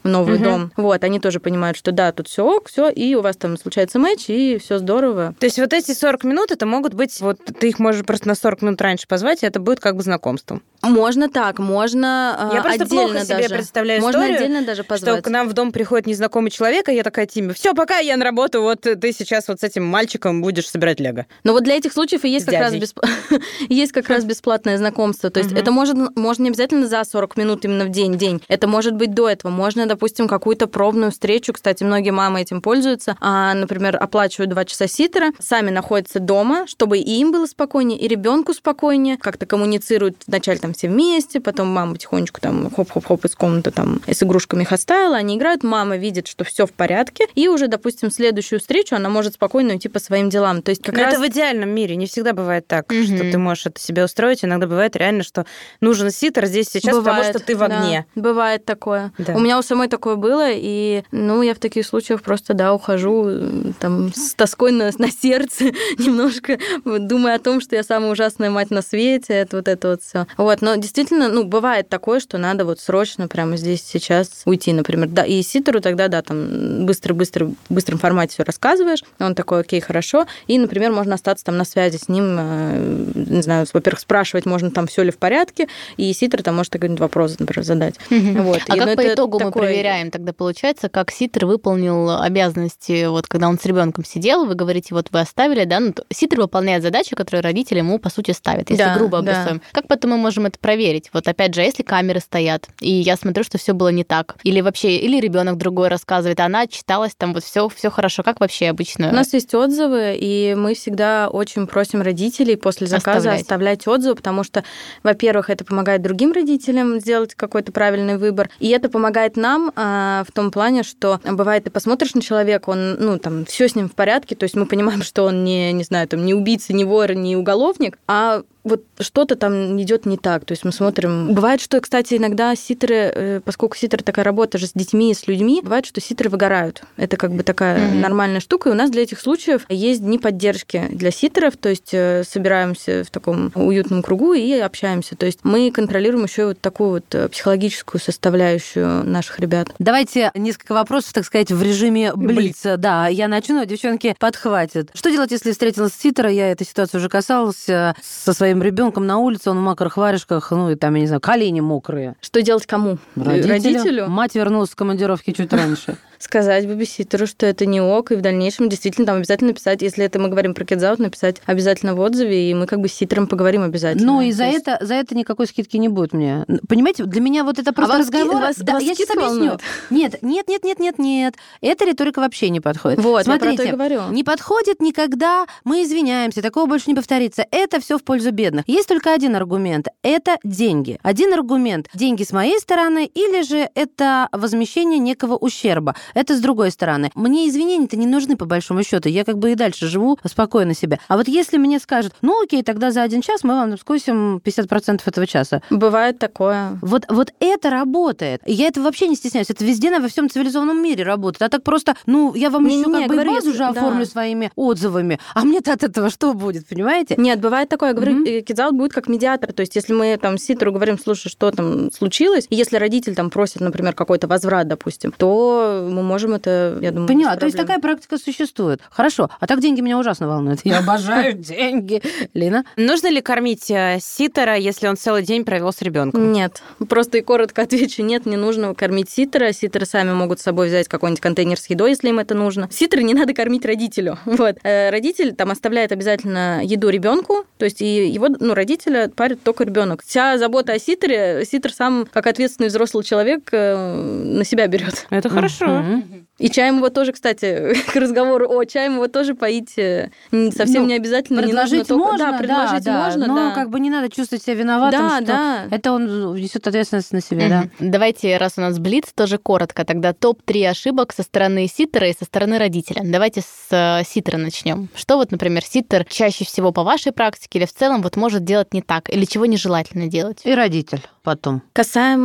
в новый Мгм. дом. Вот, они тоже понимают, что да, тут все ок, все, и у вас там случается матч, и все здорово. То есть вот эти сорок минут, это могут быть, вот ты их можешь просто на сорок минут раньше позвать, и это будет как бы знакомством. Можно так, можно Я э, просто отдельно плохо себе даже. представляю Можно историю, отдельно даже что позвать. к нам в дом приходит незнакомый человек, и я такая, Тиме, все, пока я на работу, вот ты сейчас вот с этим мальчиком будешь собирать лего. Но вот для этих случаев и есть С как раз, дядей. бесп... есть как раз бесплатное знакомство. То есть Мгм. это может, может не обязательно за сорок минут именно в день, день. Это может быть до этого. Можно, допустим, какую-то пробную встречу. Кстати, многие мамы этим пользуются. А, например, оплачивают два часа ситера, сами находятся дома, чтобы и им было спокойнее, и ребенку спокойнее. Как-то коммуницируют вначале там все вместе, потом мама потихонечку там хоп-хоп-хоп из комнаты там с игрушками их оставила, они играют, мама видит, что все в порядке, и уже, допустим, в следующую встречу она может спокойно уйти по своим делам. То есть как Но раз... это в идеальном мире, не всегда бывает так, Мгм. что ты можешь это себе устроить. Иногда бывает реально, что нужен ситер здесь сейчас, потому Бывает, что ты в огне. да, бывает такое. Да. У меня у самой такое было, и, ну, я в таких случаях просто, да, ухожу э, там с тоской на, на сердце, немножко думая о том, что я самая ужасная мать на свете, это вот это вот все. Вот, но действительно, ну, бывает такое, что надо вот срочно прямо здесь сейчас уйти, например. Да, и ситеру тогда, да, там быстро-быстро, в быстром формате все рассказываешь, он такой, окей, хорошо, и, например, можно остаться там на связи с ним, э, не знаю, во-первых, спрашивать можно там все ли в порядке, и ситер там может какой-нибудь вопрос, например, задать. Вот. А И, как ну, по это итогу мы такой- проверяем тогда, получается, как ситер выполнил обязанности, вот когда он с ребенком сидел, вы говорите, вот вы оставили, да, ну, то- ситер выполняет задачи, которые родители ему, по сути, ставят, если Да, грубо да. обрисуем. Как потом мы можем это проверить? Вот опять же, если камеры стоят, и я смотрю, что все было не так, или вообще, или ребенок другой рассказывает, а она отчиталась, там вот все все хорошо, как вообще обычно? У нас есть отзывы, и мы всегда очень просим родителей после заказа Оставлять. оставлять отзывы, потому что, во-первых, это помогает другим родителям сделать какой-то правильный выбор, и это помогает нам а, в том плане, что бывает, ты посмотришь на человека, он, ну, там, все с ним в порядке, то есть мы понимаем, что он не, не знаю, там, не убийца, не вор, не уголовник, а вот что-то там идет не так. То есть мы смотрим... Бывает, что, кстати, иногда ситеры, э, поскольку ситер такая работа же с детьми и с людьми, бывает, что ситеры выгорают. Это как бы такая Мгм. нормальная штука. И у нас для этих случаев есть дни поддержки для ситеров, то есть э, собираемся в таком уютном кругу и общаемся. То есть мы контролируем еще вот такую вот э, психологическую составляющую наших ребят. Давайте несколько вопросов, так сказать, в режиме блица. Да, я начну, а девчонки подхватят. Что делать, если встретилась с ситера? Я этой ситуации уже касалась. э, Со своим ребенком на улице, он в мокрых варежках, ну и там, я не знаю, колени мокрые. Что делать кому? Родителю. Родителю? Мать вернулась с командировки чуть раньше. Сказать бэбиситеру, что это не ок, и в дальнейшем действительно там обязательно написать, если это мы говорим про Kids Out, написать обязательно в отзыве, и мы как бы с ситером поговорим обязательно. Ну и То за есть- это, за это никакой скидки не будет мне. Понимаете, для меня вот это просто вас ски- разговор... вас- Да, вас я сейчас скидка объясню. волнует? Нет, нет, нет, нет, нет, нет. Эта риторика вообще не подходит. Вот, я про Смотрите, то и говорю. не подходит никогда, мы извиняемся, такого больше не повторится. Это все в пользу бедных. Есть только один аргумент. Это деньги. Один аргумент. Деньги с моей стороны, или же это возмещение некого ущерба. Это с другой стороны. Мне извинения-то не нужны, по большому счету. Я как бы и дальше живу спокойно себе. А вот если мне скажут, ну окей, тогда за один час мы вам скосим пятьдесят процентов этого часа. Бывает такое. Вот, вот это работает. Я этого вообще не стесняюсь. Это везде, на во всем цивилизованном мире работает. А так просто, ну, я вам еще Не-не-не, как бы говорю, и базу если- же оформлю да. своими отзывами. А мне-то от этого что будет, понимаете? Нет, бывает такое. Я говорю, Мгм. э, Kids Out будет как медиатор. То есть, если мы там ситеру говорим, слушай, что там случилось, и если родитель там просит, например, какой-то возврат, допустим, то мы можем это, я думаю, Поняла, без то есть проблем. такая практика существует. Хорошо. А так деньги меня ужасно волнуют. Я обожаю деньги. Лина? Нужно ли кормить э, ситера, если он целый день провел с ребенком? Нет. Просто и коротко отвечу, нет, не нужно кормить ситера. Ситеры сами могут с собой взять какой-нибудь контейнер с едой, если им это нужно. Ситера не надо кормить родителю. Вот. Э, Родитель там оставляет обязательно еду ребенку, то есть и его, ну, родителя парит только ребенок. Вся забота о ситере, ситер сам, как ответственный взрослый человек, э, на себя берет. Это хорошо. Мгм. И чаем его тоже, кстати, к разговору о чаем его тоже поить э, не- совсем Ну, не обязательно. не Предложить нужно только- можно, да, предложить да, можно, но да. как бы не надо чувствовать себя виноватым, Да, что да. это он несет ответственность на себе, да. Мгм. Давайте, раз у нас блиц, тоже коротко, тогда топ три ошибок со стороны ситера и со стороны родителя. Давайте с э, ситера начнем. Что вот, например, ситер чаще всего по вашей практике или в целом вот может делать не так, или чего нежелательно делать? И родитель потом. Касаемо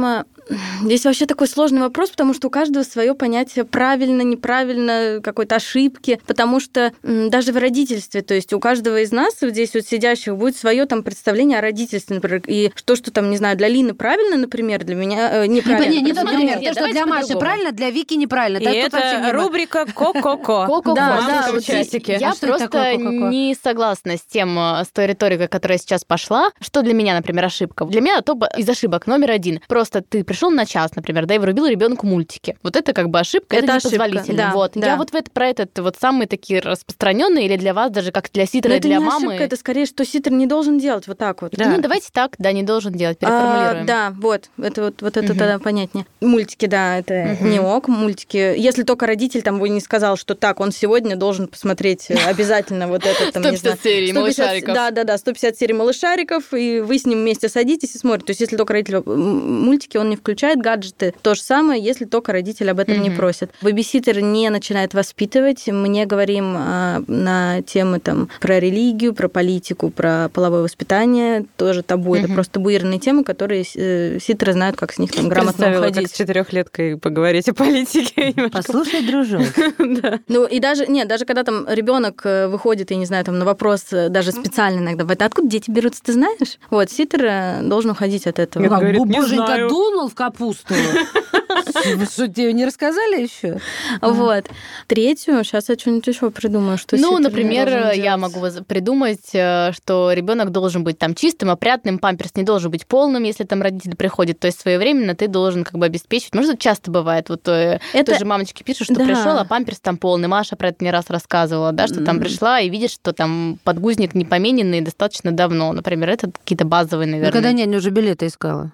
здесь вообще такой сложный вопрос, потому что у каждого свое понятие правильно, неправильно, какой-то ошибки, потому что даже в родительстве, то есть у каждого из нас, вот здесь вот сидящих, будет свое там представление о родительстве, например, и то, что там, не знаю, для Лины правильно, например, для меня э, неправильно. Не, не, например. например, то, что для Маши правильно, для Вики неправильно. И это рубрика «Ко-ко-ко». Ко-ко-ко. Да, Да, вот часики. Я А что это просто такое ко-ко-ко? не согласна с тем, с той риторикой, которая сейчас пошла. Что для меня, например, ошибка? Для меня топ из ошибок номер один. Просто ты пришел на час, например, да, и врубил ребенку мультики. Вот это как бы ошибка, это, Это это ошибка, непозволительно. да, вот. да. Я вот в это, про этот вот самые такие распространенные или для вас, даже как для ситера, Но и это для не мамы. ошибка, это скорее, что ситер не должен делать вот так вот. Да. Ну, давайте так, да, не должен делать, переформулируем. А, да, вот, это вот, вот это Мгм. тогда понятнее. Мультики, да, это Мгм. не ок. Мультики, если только родитель там бы не сказал, что так, он сегодня должен посмотреть э, обязательно вот это там, сто не знаю, пятьдесят серий сто пятьдесят «Малышариков». Да, да, да, сто пятьдесят серий «Малышариков», и вы с ним вместе садитесь и смотрите. То есть если только родитель м, мультики, он не включает, гаджеты. То же самое, если только родитель об этом не Мгм. просит. Бэбиситер не начинает воспитывать. Мы не говорим а, на темы там про религию, про политику, про половое воспитание. Тоже табу. Это Мгм. просто табуированные темы, которые э, ситеры знают, как с них там грамотно Представила, как уходить. с четырехлеткой поговорить о политике. Послушай, дружок. Да. Ну и даже, нет, даже когда там ребенок выходит, я не знаю, там на вопрос э, даже специально иногда, «Вот откуда дети берутся, ты знаешь?» Вот, ситер э, должен уходить от этого. Ну, Как говорит, не боженька знаю. дунул в капусту. Вы что, тебе не рассказали еще? Вот. Третью, сейчас я что-нибудь еще придумаю, что Ну, ситер не например, должен я делать. могу воз- придумать, э, что ребенок должен быть там чистым, опрятным, памперс не должен быть полным, если там родитель приходит, то есть своевременно ты должен как бы обеспечить. Может, это часто бывает, вот э, Это- тоже мамочки пишут, что Да. пришел, а памперс там полный. Маша про это не раз рассказывала, да, что там Мгм. пришла и видит, что там подгузник не помененный достаточно давно. Например, это какие-то базовые, Ну, наверное. когда няня уже билеты искала.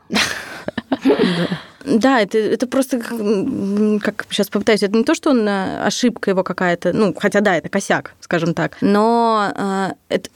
Да, это, это просто, как, м, как сейчас попытаюсь, это не то, что он, э, ошибка его какая-то, ну, хотя да, это косяк, скажем так, но э, это...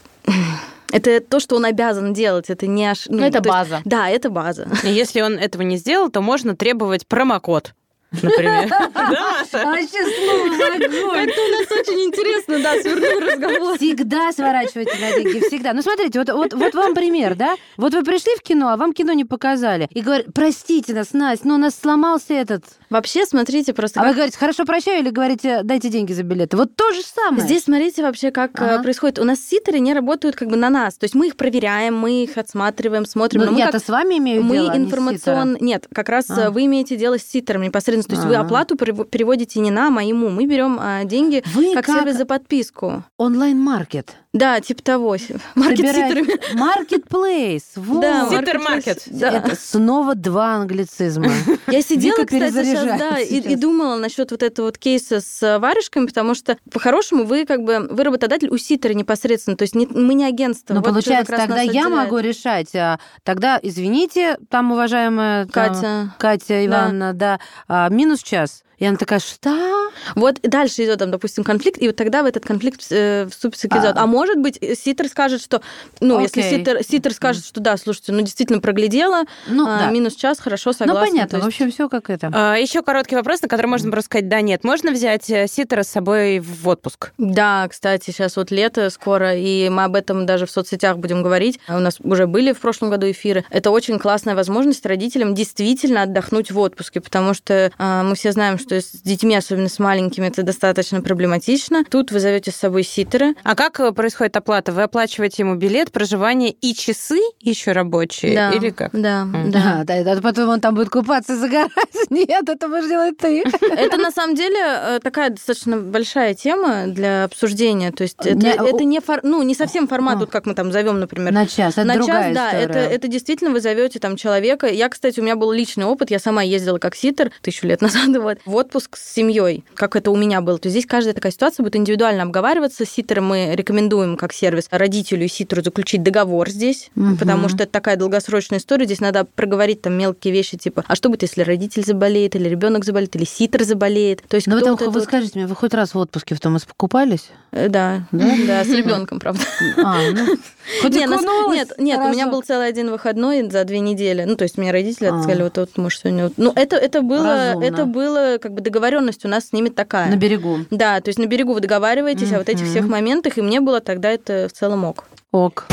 Это то, что он обязан делать, это не аж... Ну, это то есть- база. Да, это база. И если он этого не сделал, то можно требовать промокод, например. Да, Маша? Вообще слово огонь. Это у нас очень интересно, да, свернул разговор. Всегда сворачивайте на деньги, всегда. Ну, смотрите, вот, вот, вот вам пример, да? Вот вы пришли в кино, а вам кино не показали. И говорят, простите нас, Настя, но у нас сломался этот... Вообще, смотрите, просто А как- вы говорите, хорошо, прощаю, или говорите, дайте деньги за билеты. Вот то же самое. Здесь смотрите вообще, как э, Ага. происходит. У нас ситеры не работают как бы на нас. То есть мы их проверяем, мы их отсматриваем, смотрим. Ну, но мы я-то как- с вами имею мы дело, а не с информационно... Нет, как раз А. э, вы имеете дело с ситером непосредственно. То есть вы А. оплату перев- переводите не нам, а ему. Мы берем а, деньги Вы как, как сервис за подписку. онлайн-маркет. Да, типа того. Маркет Собираете- ситерами. Маркетплейс. Вот. Да, Ситер-маркет. Да. Это снова два англицизма. Я сидела, Вика кстати, сейчас, перезаряжается да, и, и сейчас. думала насчет вот этого вот кейса с варежками, потому что по-хорошему вы как бы вы работодатель у ситера непосредственно, то есть не- мы не агентство. Ну, Вот что получается, как раз тогда нас я отделяет. могу решать. а Тогда, извините, там, уважаемая там, Катя. Катя Ивановна, да, а, минус час. И она такая, что? Вот дальше идет там, допустим, конфликт, и вот тогда в этот конфликт э, вступится эпизод. А. А. может быть, ситер скажет, что, ну, если Окей. ситер, ситер скажет, что да, слушайте, ну действительно проглядела, Ну, а, да. минус час, хорошо, Ну, согласна. понятно. То В есть- общем, все как это. Еще короткий вопрос, на который можно просто сказать да-нет. Можно взять э, ситера с собой в отпуск? Да, кстати, сейчас вот лето скоро, и мы об этом даже в соцсетях будем говорить. У нас уже были в прошлом году эфиры. Это очень классная возможность родителям действительно отдохнуть в отпуске, потому что а, мы все знаем, что с детьми, особенно с маленькими, это достаточно проблематично. Тут вы зовете с собой ситера. А как э, происходит оплата? Вы оплачиваете ему билет, проживание и часы еще рабочие? Да, Или как? Да, М. да. Да, да, а потом он там будет купаться, загорать. Нет, это будешь делать ты. Это на самом деле э, такая достаточно большая тема для обсуждения. То есть это, Не, это у- не, фор- ну, не совсем формат, А. вот как мы там зовем, например. На час, это На другая час, да, история. это, это действительно вы зовете там человека. Я, кстати, у меня был личный опыт, я сама ездила как ситер тысячу лет назад вот, в отпуск с семьей, как это у меня было. То есть здесь каждая такая ситуация будет индивидуально обговариваться. С ситером мы рекомендуем как сервис родителю и ситеру заключить договор здесь, Мгм. потому что это такая долгосрочная история. Здесь надо проговорить там мелкие вещи, типа, а что будет, если родитель заболеет, или ребенок заболеет, или ситер заболеет. То есть Ну, вы, кто там, вот это вы вот- скажите мне, вы хоть раз в отпуске в том искупались? Э, Да, Да? да, с ребенком, правда. А, ну, хоть Не, нас- окунулась нет, нет, у меня разок. был целый один выходной за две недели. Ну, то есть мне родители А. сказали, вот, вот, может, сегодня... вот». Ну, это, это было, Разумно. это было, как бы, договоренность у нас с ними такая. На берегу. Да, то есть на берегу вы договариваетесь о вот этих Мгм. всех моментах, и мне было тогда это в целом ок. Ок.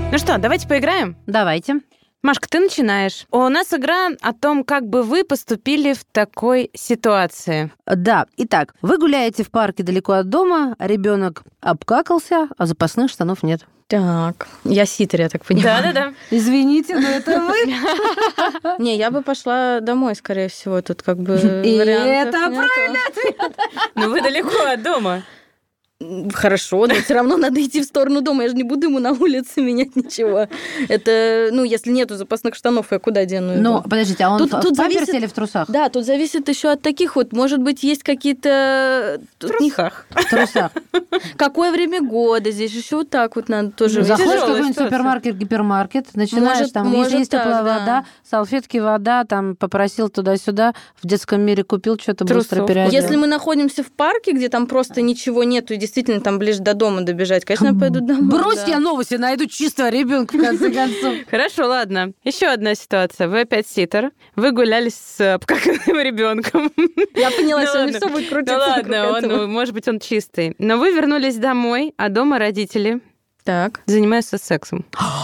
Ну что, давайте поиграем? Давайте. Машка, ты начинаешь. У нас игра о том, как бы вы поступили в такой ситуации. Да, итак, вы гуляете в парке далеко от дома, ребенок обкакался, а запасных штанов нет. Так, я ситер, я так понимаю. Да-да-да. Извините, но это вы. Не, я бы пошла домой, скорее всего, тут как бы И вариантов это нету. правильный ответ. Ну вы далеко от дома. Хорошо, но все равно надо идти в сторону дома. Я же не буду ему на улице менять ничего. Это, ну, если нету запасных штанов, я куда дену его? Ну, подождите, а он Тут- в тут в памперсе зависит- или в трусах? Да, тут зависит еще от таких вот, может быть, есть какие-то... Тут не- Трусах. В трусах. Какое время года? Здесь еще вот так вот надо тоже... Заходишь в тяжелая какой-нибудь ситуация. супермаркет, гипермаркет, начинаешь Может- там, может если есть так, теплая да. вода, салфетки, вода, там попросил туда-сюда, в детском мире купил, что-то быстро Трусов. переодел. Если мы находимся в парке, где там просто ничего нету, и действительно там ближе до дома добежать, конечно, я пойду домой. Брось, да. я новости, найду чистого ребенка в конце концов. Хорошо, ладно. Еще одна ситуация. Вы опять ситер. Вы гуляли с обкаканным ребенком. Я поняла, Ну сегодня ладно. все будет крутиться. Ну вокруг ладно, он, этого. ну, может быть, он чистый. Но вы вернулись домой, а дома родители Так. занимаются сексом.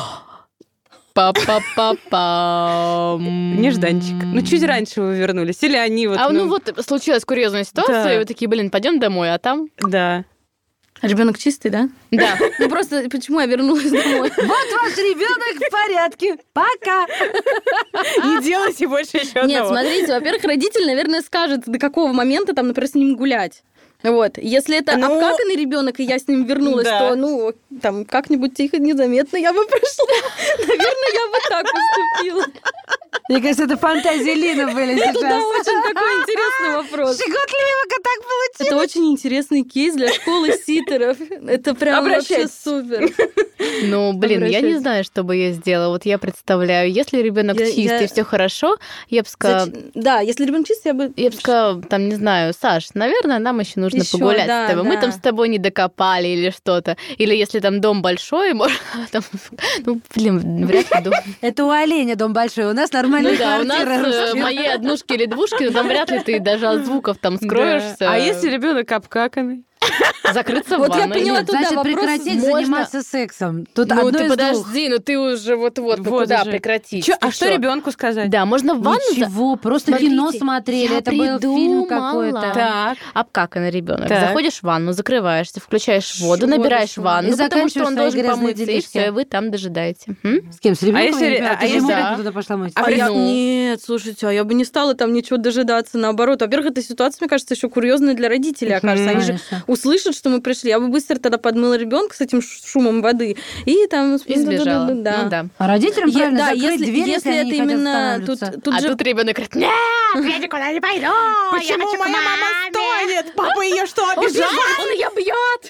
Па-па-па-па. Нежданчик. Ну, чуть раньше вы вернулись. Или они вот... А ну вот случилась курьезная ситуация, Да. и вы такие, блин, пойдем домой, а там... Да. Ребенок чистый, да? Да. Ну просто почему я вернулась домой? Вот ваш ребенок в порядке. Пока. Не делайте больше еще одного. Нет, смотрите, во-первых, родитель, наверное, скажет, до какого момента там, например, с ним гулять. Вот. Если это Ну, обкаканный ребенок, и я с ним вернулась, да. то, ну, там, как-нибудь тихо, незаметно я бы прошла. Наверное, я бы так поступила. Мне кажется, это фантазии Лины были Это, да, сейчас. очень такой интересный вопрос. Щекотливо так получилось. Это очень интересный кейс для школы ситеров. Это прям вообще Обращайтесь. супер. Ну, блин, я не Обращайтесь. знаю, что бы я сделала. Вот я представляю, если ребенок Я- чистый, я- все хорошо, я бы сказала, Зач- Да, если ребенок чистый, я бы... я бы сказала, там, не знаю, Саш, наверное, нам еще нужно Ещё, погулять да, с тобой. Мы да. там с тобой не докопали или что-то. Или если там дом большой, может, там, ну, блин, вряд ли дом. Это у оленя дом большой, у нас нормальная Ну да, у нас квартира. э, русские. мои однушки или двушки, но там вряд ли ты даже от звуков там скроешься. Да. А если ребенок обкаканный? Закрыться в Вот я ванной. поняла, Нет, туда значит, вопрос прекратить можно- заниматься сексом. Тут Ну одно ты из двух. подожди, ну ты уже вот-вот, ну Вот куда уже. прекратить? Чё, Ты а что ребенку сказать? Да, можно в ванну... за- Ничего, просто Смотрите, кино смотрели, я это был фильм придумала. какой-то. Так. Обкаканный ребенок. Так. Заходишь в ванну, закрываешься, включаешь воду, Воду, набираешь шум. ванну, И потому что заканчиваешь он свои должен грязные помыться, и делишки. все, и вы там дожидаете. М? С кем? С ребенком? если- или а ты же если- Марию туда пошла мыть? А я... Ну. Нет, слушайте, а я бы не стала там ничего дожидаться, наоборот. Во-первых, эта ситуация, мне кажется, еще курьезная для родителей, окажется. Они же Конечно. услышат, что мы пришли. Я бы быстро тогда подмыла ребенка с этим ш- шумом воды и там... И сбежала. Да. Ну да. А родителям Я- правильно да, закрыть если, дверь, если они это не хотят именно... Тут, останавливаться. тут А же... тут ребенок говорит, нет, я никуда не пойду, я хочу к маме». стонет? Папа ее что, Убежал, он ее бьет.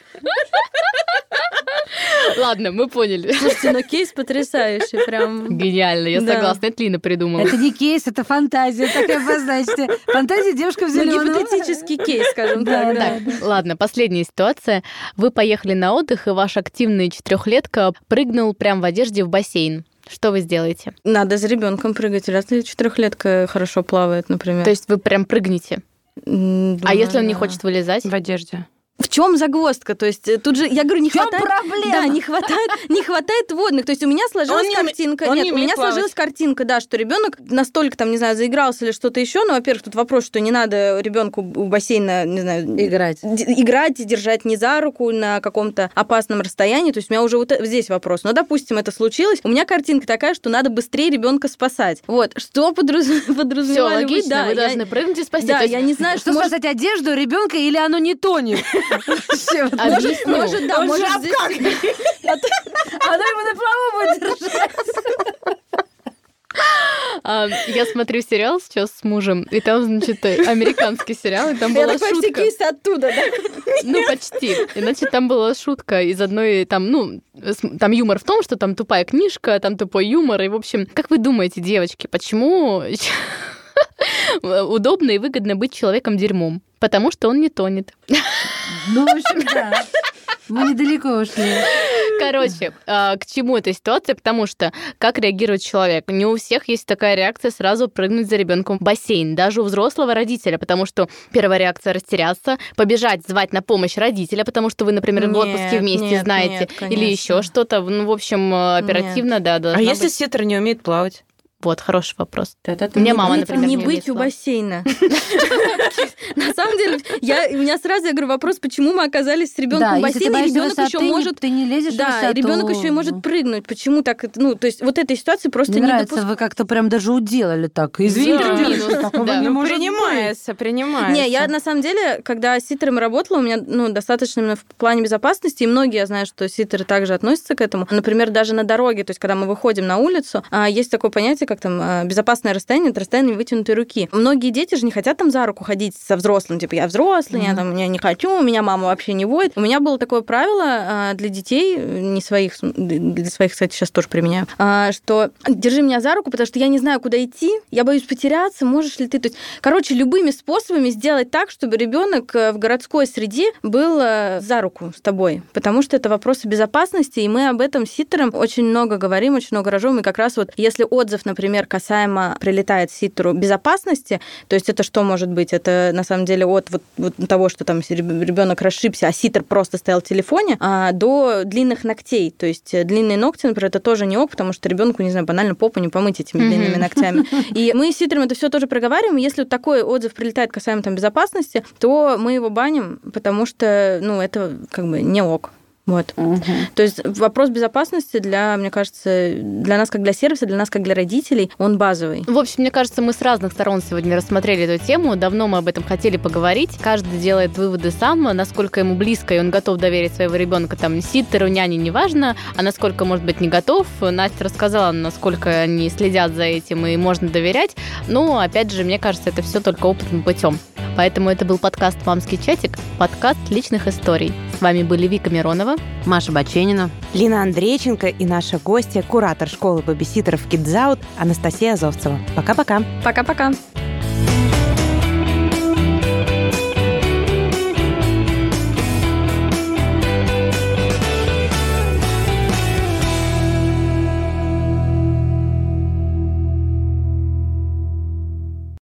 Ладно, мы поняли. Слушайте, ну кейс потрясающий, прям... Гениально, я Да. согласна. Это Лина придумала. Это не кейс, это фантазия, так и обозначьте. Фантазия девушка в Ну, зеленом. гипотетический кейс, скажем Да, так, да. Так, ладно, последняя ситуация. Вы поехали на отдых, и ваш активный четырехлетка прыгнул прямо в одежде в бассейн. Что вы сделаете? Надо за ребенком прыгать. Вряд ли четырехлетка хорошо плавает, например. То есть вы прям прыгнете. М, А если он не да. хочет вылезать? В одежде. В чем загвоздка? То есть э, тут же, я говорю, не В чём хватает... проблема? Да, не хватает, не хватает водных. То есть у меня сложилась Он не уме- картинка... он Нет, не у меня умеет плавать. сложилась картинка, да, что ребенок настолько там, не знаю, заигрался или что-то еще. Ну, во-первых, тут вопрос, что не надо ребенку у бассейна, не знаю, Играть. д- играть и держать не за руку на каком-то опасном расстоянии. То есть у меня уже вот э- здесь вопрос. Но, допустим, это случилось. У меня картинка такая, что надо быстрее ребенка спасать. Вот. Что подраз- Все подразумевали вы? логично, Да, вы я- должны прыгнуть и спасти. Да, То есть я не знаю, Что что может... спасать одежду ребенка или оно не тонет? Вообще, вот. объясню. Может, да, Он может, же здесь... Оно его на плаву будет держать. А, Я смотрю сериал сейчас с мужем, и там, значит, американский сериал, и там Я была так почти шутка. кейс оттуда, да? Ну, почти. И, значит, там была шутка из одной, там, ну, с- там юмор в том, что там тупая книжка, там тупой юмор. И, в общем, как вы думаете, девочки, почему удобно и выгодно быть человеком-дерьмом? Потому что он не тонет. Ну, в общем, да. Мы недалеко ушли. Короче, к чему эта ситуация? Потому что как реагирует человек? Не у всех есть такая реакция сразу прыгнуть за ребенком в бассейн, даже у взрослого родителя, потому что первая реакция растеряться, побежать, звать на помощь родителя, потому что вы, например, в отпуске вместе нет, знаете, нет, или еще что-то. Ну, в общем, оперативно, нет. да, должна А если быть... ситер не умеет плавать? Вот, хороший вопрос. Та-та-та. У меня мама, не, например, не не быть у бассейна. На самом деле, я, у меня сразу я говорю вопрос, почему мы оказались с ребенком в бассейне, и ребенок еще может, ты не лезешь в да, ребенок еще и может прыгнуть. Почему так? Ну, то есть вот этой ситуации просто не не нравится. Вы как-то прям даже уделали так. Извините, принимается, принимается. Не, я на самом деле, когда с ситером работала, у меня ну достаточно именно в плане безопасности, и многие, я знаю, что ситеры также относятся к этому. Например, даже на дороге, то есть когда мы выходим на улицу, есть такое понятие, как там безопасное расстояние, это расстояние вытянутой руки. Многие дети же не хотят там за руку ходить со взрослым, типа я взрослый, mm-hmm. я там я не хочу, у меня мама вообще не водит. У меня было такое правило для детей, не своих, для своих, кстати, сейчас тоже применяю, что держи меня за руку, потому что я не знаю, куда идти, я боюсь потеряться, можешь ли ты... То есть, короче, любыми способами сделать так, чтобы ребенок в городской среде был за руку с тобой, потому что это вопросы безопасности, и мы об этом с ситером очень много говорим, очень много рожем, и как раз вот если отзыв, например, касаемо прилетает ситеру безопасности, то есть это что может быть? Это на самом деле от вот, вот того, что там ребенок расшибся, а ситер просто стоял в телефоне, а, до длинных ногтей. То есть длинные ногти, например, это тоже не ок, потому что ребенку, не знаю, банально попу не помыть этими mm-hmm. длинными ногтями. И мы с ситером это все тоже проговариваем. И если вот такой отзыв прилетает касаемо там безопасности, то мы его баним, потому что, ну, это как бы не ок. Вот. Угу. То есть вопрос безопасности для, мне кажется, для нас как для сервиса, для нас как для родителей, он базовый. В общем, мне кажется, мы с разных сторон сегодня рассмотрели эту тему. Давно мы об этом хотели поговорить. Каждый делает выводы сам, насколько ему близко, и он готов доверить своего ребенка там ситтеру, няне, неважно, а насколько, может быть, не готов. Настя рассказала, насколько они следят за этим и можно доверять. Но, опять же, мне кажется, это все только опытным путем. Поэтому это был подкаст «Мамский чатик», подкаст личных историй. С вами были Вика Миронова, Маша Баченина, Лина Андрейченко и наша гостья, куратор школы бэбиситеров Kids Out Анастасия Азовцева. Пока-пока. Пока-пока.